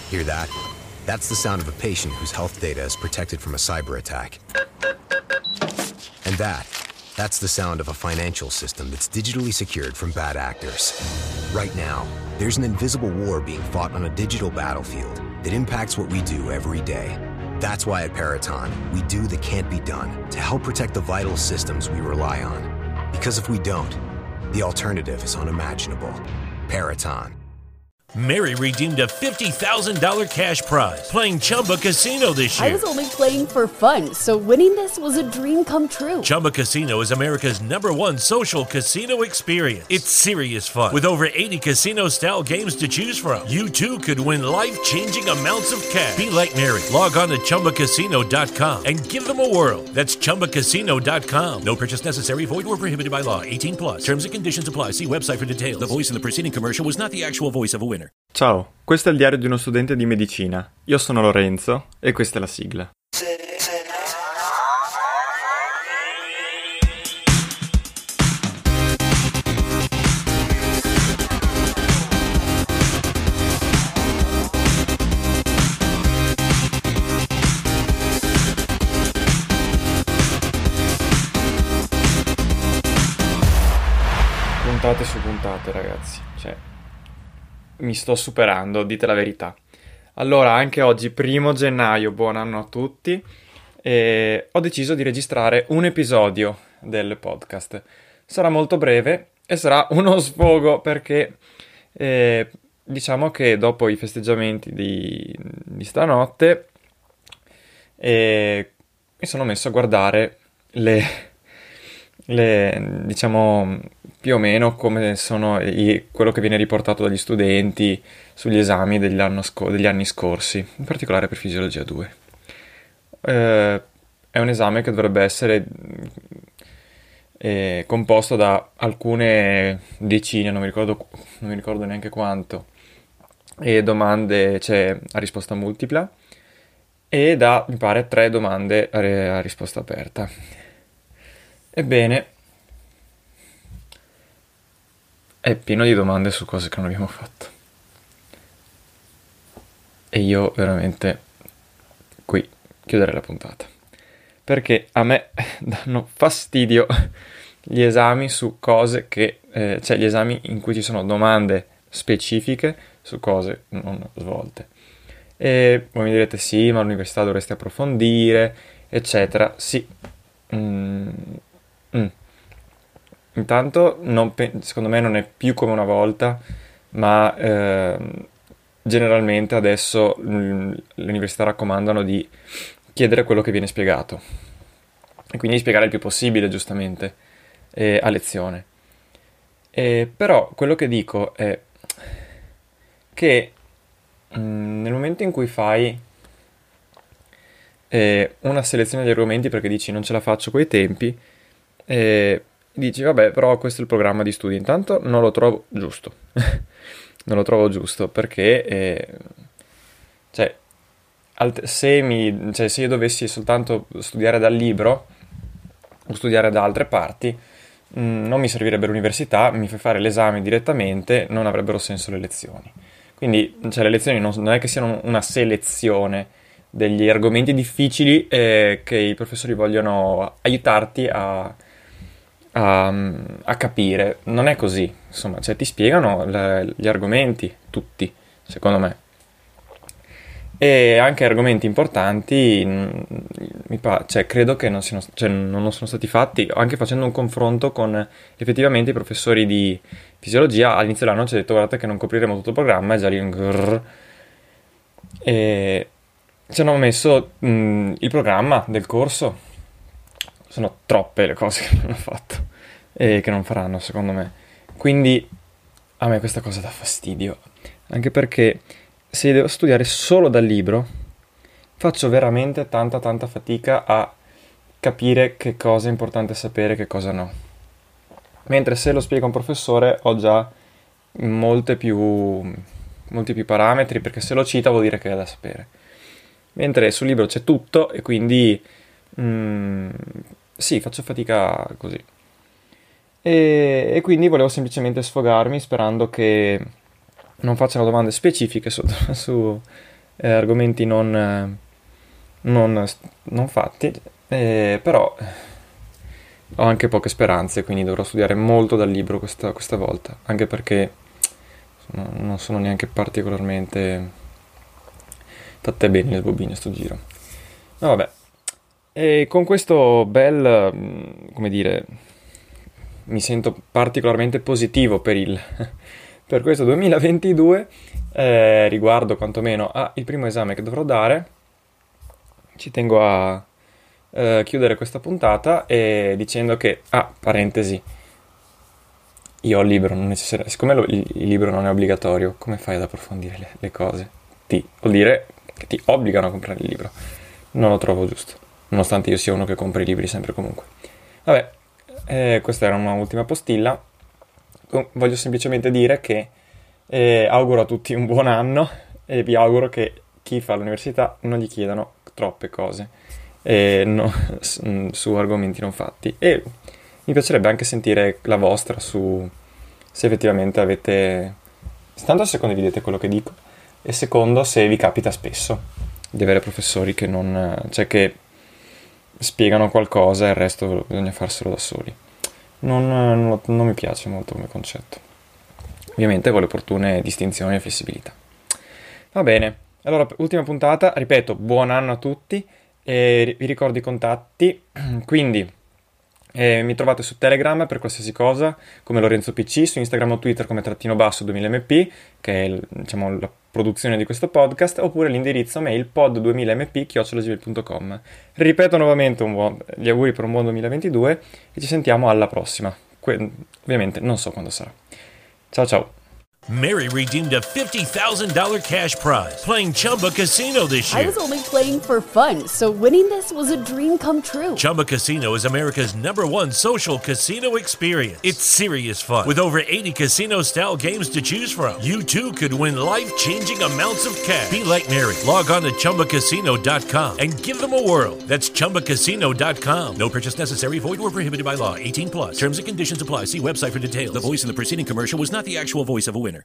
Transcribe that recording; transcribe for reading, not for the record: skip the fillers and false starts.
Hear that? That's the sound of a patient whose health data is protected from a cyber attack. And that's the sound of a financial system that's digitally secured from bad actors. Right now, there's an invisible war being fought on a digital battlefield that impacts what we do every day. That's why at Peraton, we do the can't be done to help protect the vital systems we rely on. Because if we don't, the alternative is unimaginable. Peraton. Mary redeemed a $50,000 cash prize playing Chumba Casino this year. I was only playing for fun, so winning this was a dream come true. Chumba Casino is America's #1 social casino experience. It's serious fun. With over 80 casino-style games to choose from, you too could win life-changing amounts of cash. Be like Mary. Log on to ChumbaCasino.com and give them a whirl. That's ChumbaCasino.com. No purchase necessary. Void where prohibited by law. 18 plus. Terms and conditions apply. See website for details. The voice in the preceding commercial was not the actual voice of a winner. Ciao, questo è il diario di uno studente di medicina. Io sono Lorenzo e questa è la sigla. Puntate su puntate, ragazzi. Mi sto superando, dite la verità. Allora, anche oggi, 1 gennaio, buon anno a tutti, e ho deciso di registrare un episodio del podcast. Sarà molto breve e sarà uno sfogo perché diciamo che dopo i festeggiamenti di stanotte mi sono messo a guardare diciamo più o meno come sono quello che viene riportato dagli studenti sugli esami degli anni scorsi, in particolare per Fisiologia 2. È un esame che dovrebbe essere composto da alcune decine, non mi ricordo neanche quanto, e domande, a risposta multipla, e da, mi pare, 3 domande a risposta aperta. Ebbene, è pieno di domande su cose che non abbiamo fatto. E io veramente qui chiuderei la puntata. Perché a me danno fastidio gli esami su cose che... gli esami in cui ci sono domande specifiche su cose non svolte. E voi mi direte sì, ma all'università dovresti approfondire, eccetera. Sì. Intanto secondo me non è più come una volta, ma generalmente adesso le università raccomandano di chiedere quello che viene spiegato e quindi spiegare il più possibile, giustamente, a lezione. Però quello che dico è che nel momento in cui fai una selezione di argomenti perché dici non ce la faccio coi tempi, dici vabbè, però questo è il programma di studi. Intanto non lo trovo giusto. Non lo trovo giusto perché se io dovessi soltanto studiare dal libro o studiare da altre parti, non mi servirebbe l'università, mi fai fare l'esame direttamente, non avrebbero senso le lezioni. Quindi le lezioni non è che siano una selezione degli argomenti difficili che i professori vogliono aiutarti a capire. Non è così, insomma, ti spiegano gli argomenti, tutti, secondo me. E anche argomenti importanti, credo che non sono stati fatti, anche facendo un confronto con effettivamente i professori di fisiologia. All'inizio dell'anno ci ha detto guardate che non copriremo tutto il programma, e già lì e ci hanno messo il programma del corso. Sono troppe le cose che non hanno fatto e che non faranno, secondo me. Quindi a me questa cosa dà fastidio, anche perché se devo studiare solo dal libro faccio veramente tanta fatica a capire che cosa è importante sapere e che cosa no. Mentre se lo spiega un professore ho già molti più parametri, perché se lo cita vuol dire che è da sapere. Mentre sul libro c'è tutto e quindi sì, faccio fatica così. E quindi volevo semplicemente sfogarmi sperando che non facciano domande specifiche su argomenti non fatti, però ho anche poche speranze, quindi dovrò studiare molto dal libro questa volta, anche perché non sono neanche particolarmente fatte bene le bobine sto giro. Ma vabbè, e con questo come dire, mi sento particolarmente positivo per questo 2022, riguardo quantomeno al primo esame che dovrò dare. Ci tengo a chiudere questa puntata dicendo che, parentesi, io ho il libro, non necessario, siccome il libro non è obbligatorio, come fai ad approfondire le cose? Vuol dire che ti obbligano a comprare il libro. Non lo trovo giusto, nonostante io sia uno che compra i libri sempre comunque. Vabbè, questa era una ultima postilla. Voglio semplicemente dire che auguro a tutti un buon anno e vi auguro che chi fa l'università non gli chiedano troppe cose su argomenti non fatti, e mi piacerebbe anche sentire la vostra su se effettivamente avete, tanto se condividete quello che dico, e secondo se vi capita spesso di avere professori che che spiegano qualcosa e il resto bisogna farselo da soli. Non mi piace molto come concetto, ovviamente con le opportune distinzioni e flessibilità. Va bene, allora ultima puntata, ripeto, buon anno a tutti, e vi ricordo i contatti, quindi mi trovate su Telegram per qualsiasi cosa come Lorenzo PC, su Instagram o Twitter come _2000mp, che è la produzione di questo podcast, oppure l'indirizzo mail pod2000mp@gmail.com. Ripeto nuovamente gli auguri per un buon 2022 e ci sentiamo alla prossima. Ovviamente non so quando sarà. Ciao ciao. Mary redeemed a $50,000 cash prize playing Chumba Casino this year. I was only playing for fun, so winning this was a dream come true. Chumba Casino is America's #1 social casino experience. It's serious fun. With over 80 casino-style games to choose from, you too could win life-changing amounts of cash. Be like Mary. Log on to ChumbaCasino.com and give them a whirl. That's ChumbaCasino.com. No purchase necessary. Void or prohibited by law. 18+. Terms and conditions apply. See website for details. The voice in the preceding commercial was not the actual voice of a winner.